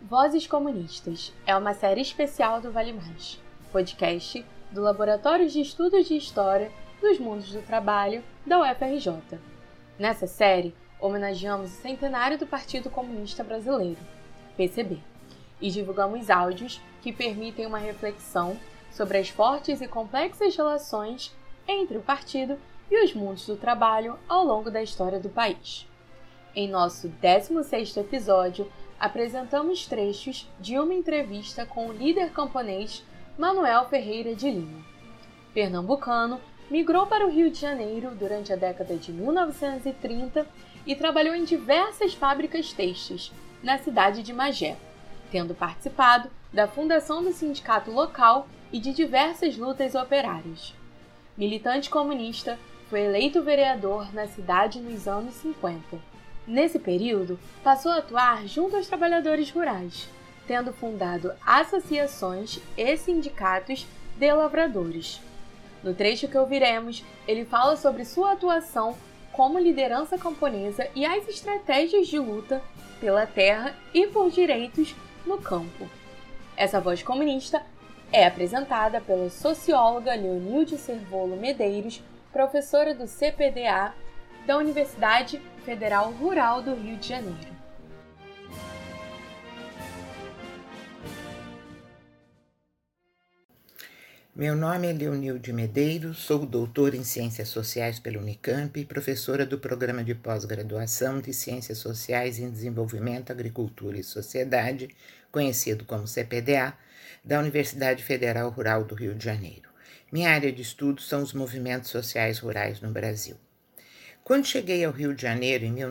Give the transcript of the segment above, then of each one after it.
Vozes Comunistas é uma série especial do Vale Mais, podcast do Laboratório de Estudos de História dos Mundos do Trabalho da UFRJ. Nessa série, homenageamos o centenário do Partido Comunista Brasileiro, PCB, e divulgamos áudios que permitem uma reflexão sobre as fortes e complexas relações entre o partido e os mundos do trabalho ao longo da história do país. Em nosso 16º episódio, apresentamos trechos de uma entrevista com o líder camponês Manuel Ferreira de Lima. Pernambucano, migrou para o Rio de Janeiro durante a década de 1930 e trabalhou em diversas fábricas têxteis na cidade de Magé, tendo participado da fundação do sindicato local e de diversas lutas operárias. Militante comunista, foi eleito vereador na cidade nos anos 50. Nesse período, passou a atuar junto aos trabalhadores rurais, tendo fundado associações e sindicatos de lavradores. No trecho que ouviremos, ele fala sobre sua atuação como liderança camponesa e as estratégias de luta pela terra e por direitos no campo. Essa voz comunista é apresentada pela socióloga Leonilde Cervolo Medeiros, professora do CPDA da Universidade Federal Rural do Rio de Janeiro. Meu nome é Leonilde Medeiros, sou doutora em Ciências Sociais pela Unicamp e professora do Programa de Pós-Graduação de Ciências Sociais em Desenvolvimento, Agricultura e Sociedade, conhecido como CPDA, da Universidade Federal Rural do Rio de Janeiro. Minha área de estudo são os movimentos sociais rurais no Brasil. Quando cheguei ao Rio de Janeiro em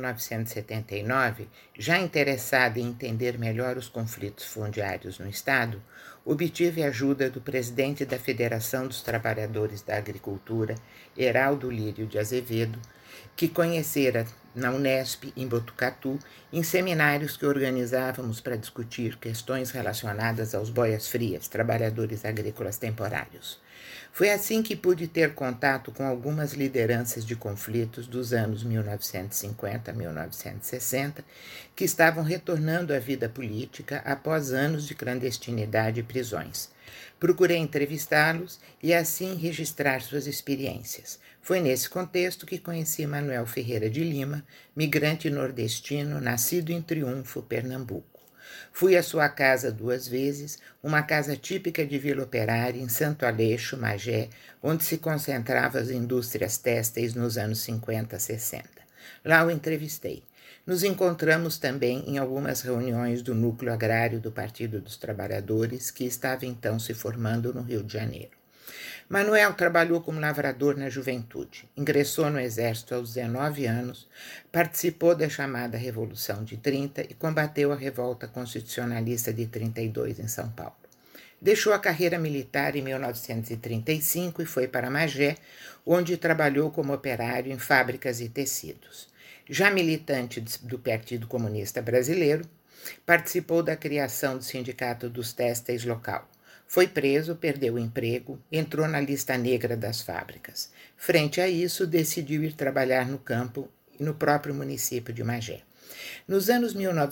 1979, já interessada em entender melhor os conflitos fundiários no Estado, obtive a ajuda do presidente da Federação dos Trabalhadores da Agricultura, Heraldo Lírio de Azevedo, que conhecera na Unesp, em Botucatu, em seminários que organizávamos para discutir questões relacionadas aos boias-frias, trabalhadores agrícolas temporários. Foi assim que pude ter contato com algumas lideranças de conflitos dos anos 1950 a 1960, que estavam retornando à vida política após anos de clandestinidade e prisões. Procurei entrevistá-los e assim registrar suas experiências. Foi nesse contexto que conheci Manuel Ferreira de Lima, migrante nordestino, nascido em Triunfo, Pernambuco. Fui à sua casa 2 vezes, uma casa típica de Vila Operária, em Santo Aleixo, Magé, onde se concentravam as indústrias têxteis nos anos 50 a 60. Lá o entrevistei. Nos encontramos também em algumas reuniões do Núcleo Agrário do Partido dos Trabalhadores, que estava então se formando no Rio de Janeiro. Manuel trabalhou como lavrador na juventude, ingressou no Exército aos 19 anos, participou da chamada Revolução de 30 e combateu a revolta constitucionalista de 32 em São Paulo. Deixou a carreira militar em 1935 e foi para Magé, onde trabalhou como operário em fábricas e tecidos. Já militante do Partido Comunista Brasileiro, participou da criação do Sindicato dos Têxteis local. Foi preso, perdeu o emprego, entrou na lista negra das fábricas. Frente a isso, decidiu ir trabalhar no campo e no próprio município de Magé. Nos anos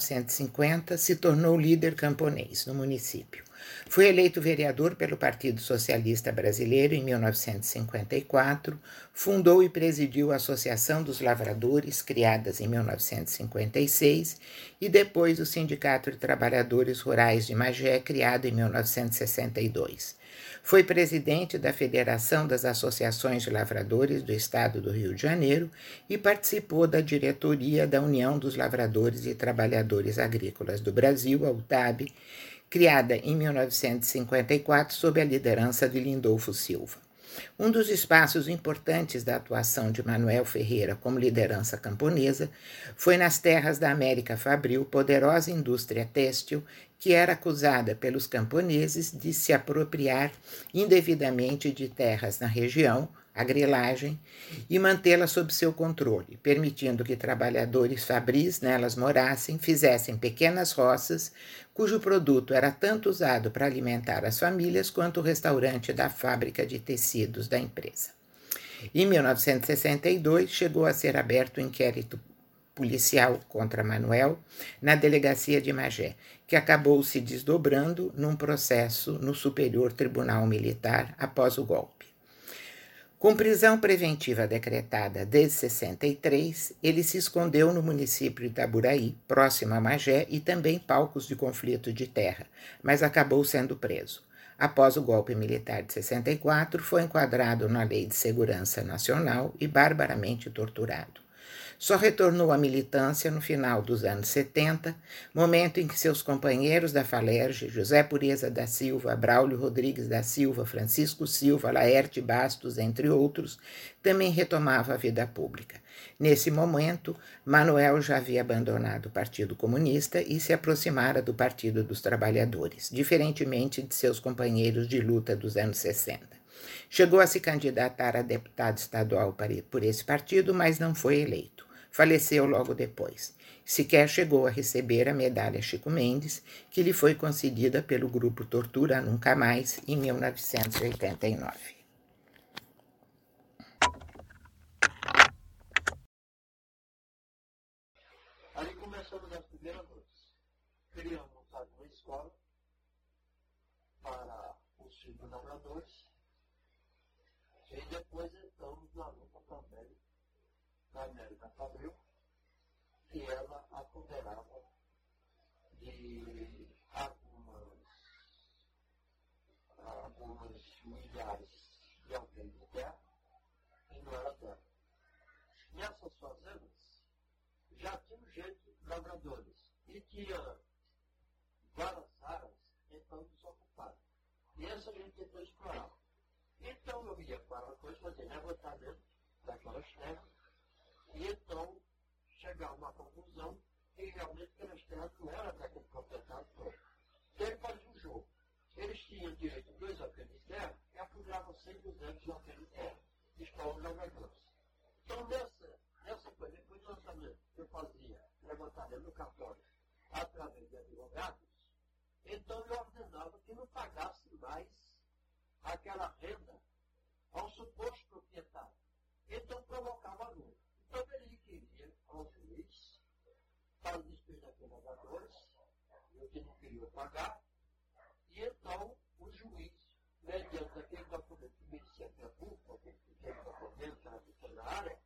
1950, se tornou líder camponês no município. Foi eleito vereador pelo Partido Socialista Brasileiro em 1954, fundou e presidiu a Associação dos Lavradores, criadas em 1956, e depois o Sindicato de Trabalhadores Rurais de Magé, criado em 1962. Foi presidente da Federação das Associações de Lavradores do Estado do Rio de Janeiro e participou da diretoria da União dos Lavradores e Trabalhadores Agrícolas do Brasil, a UTAB, criada em 1954 sob a liderança de Lindolfo Silva. Um dos espaços importantes da atuação de Manuel Ferreira como liderança camponesa foi nas terras da América Fabril, poderosa indústria têxtil que era acusada pelos camponeses de se apropriar indevidamente de terras na região, a grilagem, e mantê-la sob seu controle, permitindo que trabalhadores fabris nelas morassem, fizessem pequenas roças, cujo produto era tanto usado para alimentar as famílias quanto o restaurante da fábrica de tecidos da empresa. Em 1962, chegou a ser aberto o inquérito policial contra Manuel na delegacia de Magé, que acabou se desdobrando num processo no Superior Tribunal Militar após o golpe. Com prisão preventiva decretada desde 63, ele se escondeu no município de Itaburaí, próximo a Magé, e também palcos de conflito de terra, mas acabou sendo preso. Após o golpe militar de 64, foi enquadrado na Lei de Segurança Nacional e barbaramente torturado. Só retornou à militância no final dos anos 70, momento em que seus companheiros da Falerge, José Pureza da Silva, Braulio Rodrigues da Silva, Francisco Silva, Laerte Bastos, entre outros, também retomavam a vida pública. Nesse momento, Manuel já havia abandonado o Partido Comunista e se aproximara do Partido dos Trabalhadores, diferentemente de seus companheiros de luta dos anos 60. Chegou a se candidatar a deputado estadual por esse partido, mas não foi eleito. Faleceu logo depois. Sequer chegou a receber a medalha Chico Mendes, que lhe foi concedida pelo grupo Tortura Nunca Mais, em 1989. Ali começamos as primeiras noites. Queríamos montar uma escola para os filhos dos lavradores. E depois entramos na luta também da América Fabril, que ela apoderava de algumas milhares de alqueires de terra e não era terra. Nessas fazendas já tinha gente lavradores e tinha várias áreas então desocupadas. E essa gente tentou explorar. Então eu ia para a coisa fazer levantamento daquelas terras e então chegar a uma conclusão que realmente aquelas terras não eram daquele proprietário todo. Então ele fazia um jogo. Eles tinham direito a 2 alqueires de terra e apuravam 100, 200 alqueires de terra. Estavam lavradores. Então nessa coisa, depois do lançamento que eu fazia levantamento no cartório através de advogados, então eu ordenava que não pagasse mais aquela renda ao suposto proprietário. Então provocava a luta. Então ele queria ao juiz para o despejo daqueles lavradores, eu que não queria pagar, e então o juiz, mediante aquele documento que merecia ter culpa, aquele documento que era na área,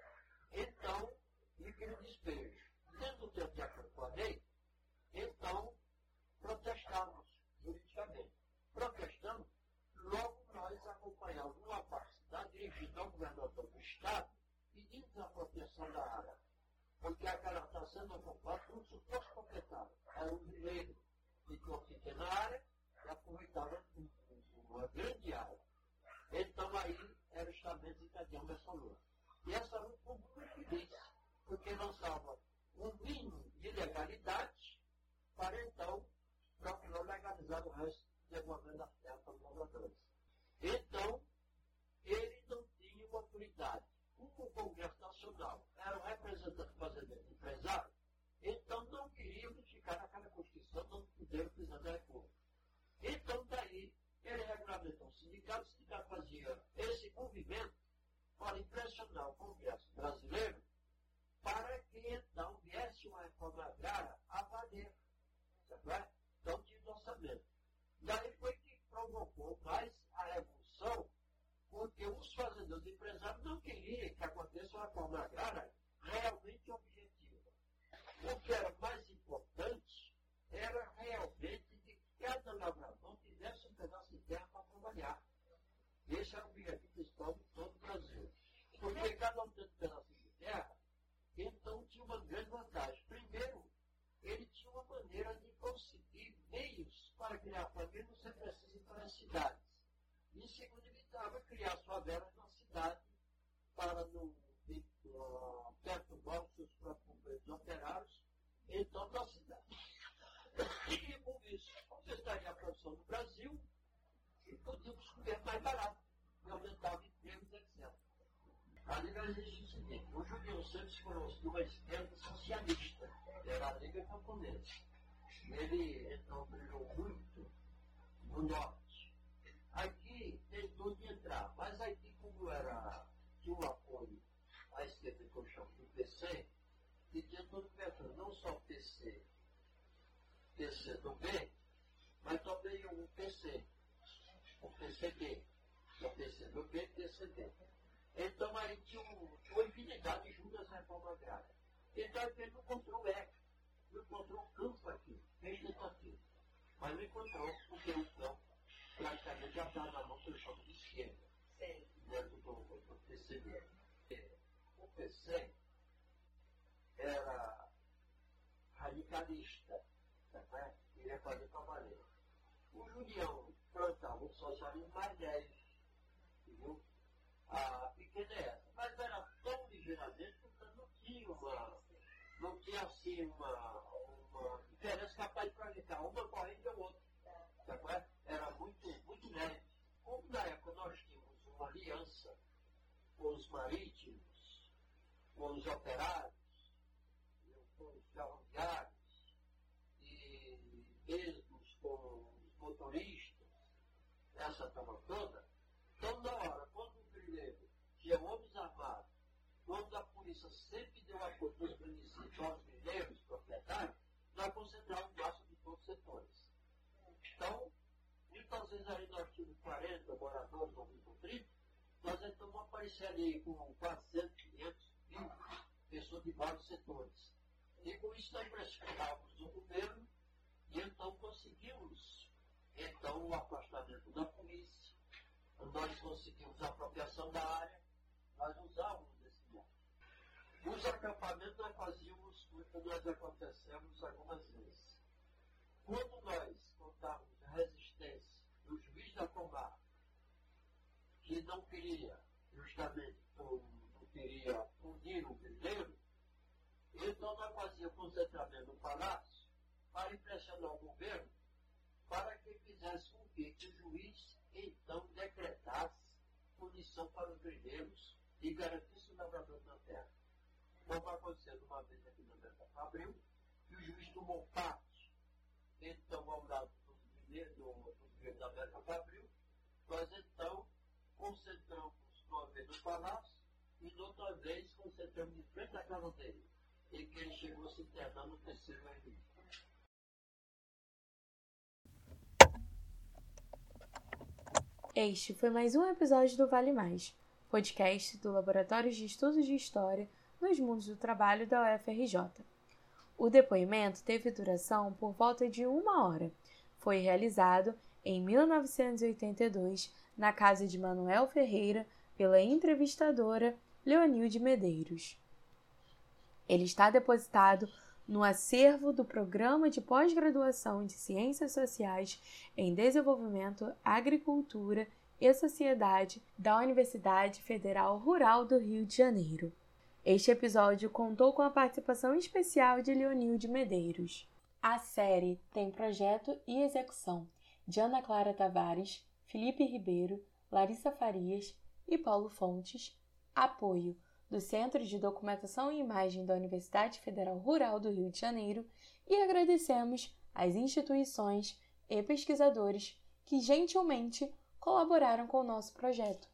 então lhe queria o despejo. Dentro do tempo de acordo com a lei, então protestávamos juridicamente. Protestando, logo nós acompanhávamos uma parte da dirigida ao governador do Estado pedindo a proteção da área, porque aquela está sendo ocupada por um suposto proprietário. Era um viveiro que tinha uma pequena área e aproveitava uma grande área. Então aí era justamente desencadeando essa luta. E essa luta foi muito feliz, porque lançava um mínimo de legalidade para então procurar legalizar o resto de alguma vez das terras para os lavradores. Então, ele não tinha uma autoridade. Como o Congresso Nacional era um representante fazendeiro empresário, então não queria modificar naquela Constituição, não puderam precisar da República. Então, daí, ele regulamentou o sindicato fazia esse movimento para impressionar o Congresso brasileiro para que, então, viesse uma reforma agrária a valer. Certo? Então, tinha o orçamento. Daí foi que provocou mais a revolução, porque os fazendeiros e empresários não queriam que acontecesse uma reforma agrária realmente objetiva. O que era mais importante era realmente que cada lavrador tivesse um pedaço de terra para trabalhar. Esse era o objetivo principal de todo o Brasil. Porque cada um tendo um pedaço de terra, então tinha uma grande vantagem. Primeiro, ele tinha uma maneira de conseguir meios para criar família, não ser preciso ir para as cidades. E segundo, evitava criar favelas na cidade para não perturbar os seus próprios companheiros operários, então da cidade. E com isso, aumentaria a produção no Brasil e podíamos comer mais barato, e aumentava empregos, etc. A Liga existe o seguinte: o Julião Santos foi de uma esquerda socialista, era a Liga Camponesa. Ele, então, brilhou muito no norte. Aqui tentou de entrar, mas aqui, como tinha um apoio à esquerda, que eu chamo do PC, que tudo pensando, não só PC do B, mas também um PC, o PCB, o PC do B e PCB. Então aí tinha uma infinidade de juntas reforma agrária. Então ele não encontrou o eco, não encontrou o campo aqui, vegetativo. Mas não encontrou, porque o campo praticamente já estava na mão do choque de esquerda, dentro do PCB. O PC era radicalista, né? Queria fazer trabalho. O Julião plantava um socialismo mais leve, viu? A pequena é essa, mas era tão ligeiramente que não tinha assim uma diferença capaz de projetar uma corrente ou outra. Era muito leve. Como na época nós tínhamos uma aliança com os marítimos, com os operários, com os ferroviários e mesmo com os motoristas, essa turma toda, então na hora, quando o primeiro tinha homens armados, quando a polícia sempre deu apoio para os municípios, aos mineiros, proprietários, nós concentrávamos massa de todos os setores. Então, muitas vezes aí nós tínhamos 40 moradores, ou 30, nós então vamos aparecer ali com 400, 500 mil pessoas de vários setores. E com isso nós pressionávamos o governo e então conseguimos o afastamento da polícia, nós conseguimos a apropriação da área, nós usávamos esse método. Os acampamentos nós fazíamos, nós acontecemos algumas vezes. Quando nós contávamos a resistência do juiz da comarca, que não queria, justamente, não queria punir o primeiro, então nós fazíamos concentramento no palácio para impressionar o governo para que fizesse com que o juiz então decretasse punição para os grileiros e garantisse o lavrador da terra. Como aconteceu uma vez aqui na América Fabril, que o juiz tomou parte, então ao lado dos grileiros da América Fabril, nós então concentramos uma vez no palácio e outra vez concentramos em frente à casa dele, e que ele chegou a se internar no terceiro ano. Este foi mais um episódio do Vale Mais, podcast do Laboratório de Estudos de História nos Mundos do Trabalho da UFRJ. O depoimento teve duração por volta de 1 hora. Foi realizado em 1982 na casa de Manuel Ferreira pela entrevistadora Leonilde Medeiros. Ele está depositado no acervo do Programa de Pós-Graduação de Ciências Sociais em Desenvolvimento, Agricultura e Sociedade da Universidade Federal Rural do Rio de Janeiro. Este episódio contou com a participação especial de Leonilde Medeiros. A série tem projeto e execução de Ana Clara Tavares, Felipe Ribeiro, Larissa Farias e Paulo Fontes, apoio do Centro de Documentação e Imagem da Universidade Federal Rural do Rio de Janeiro, e agradecemos às instituições e pesquisadores que gentilmente colaboraram com o nosso projeto.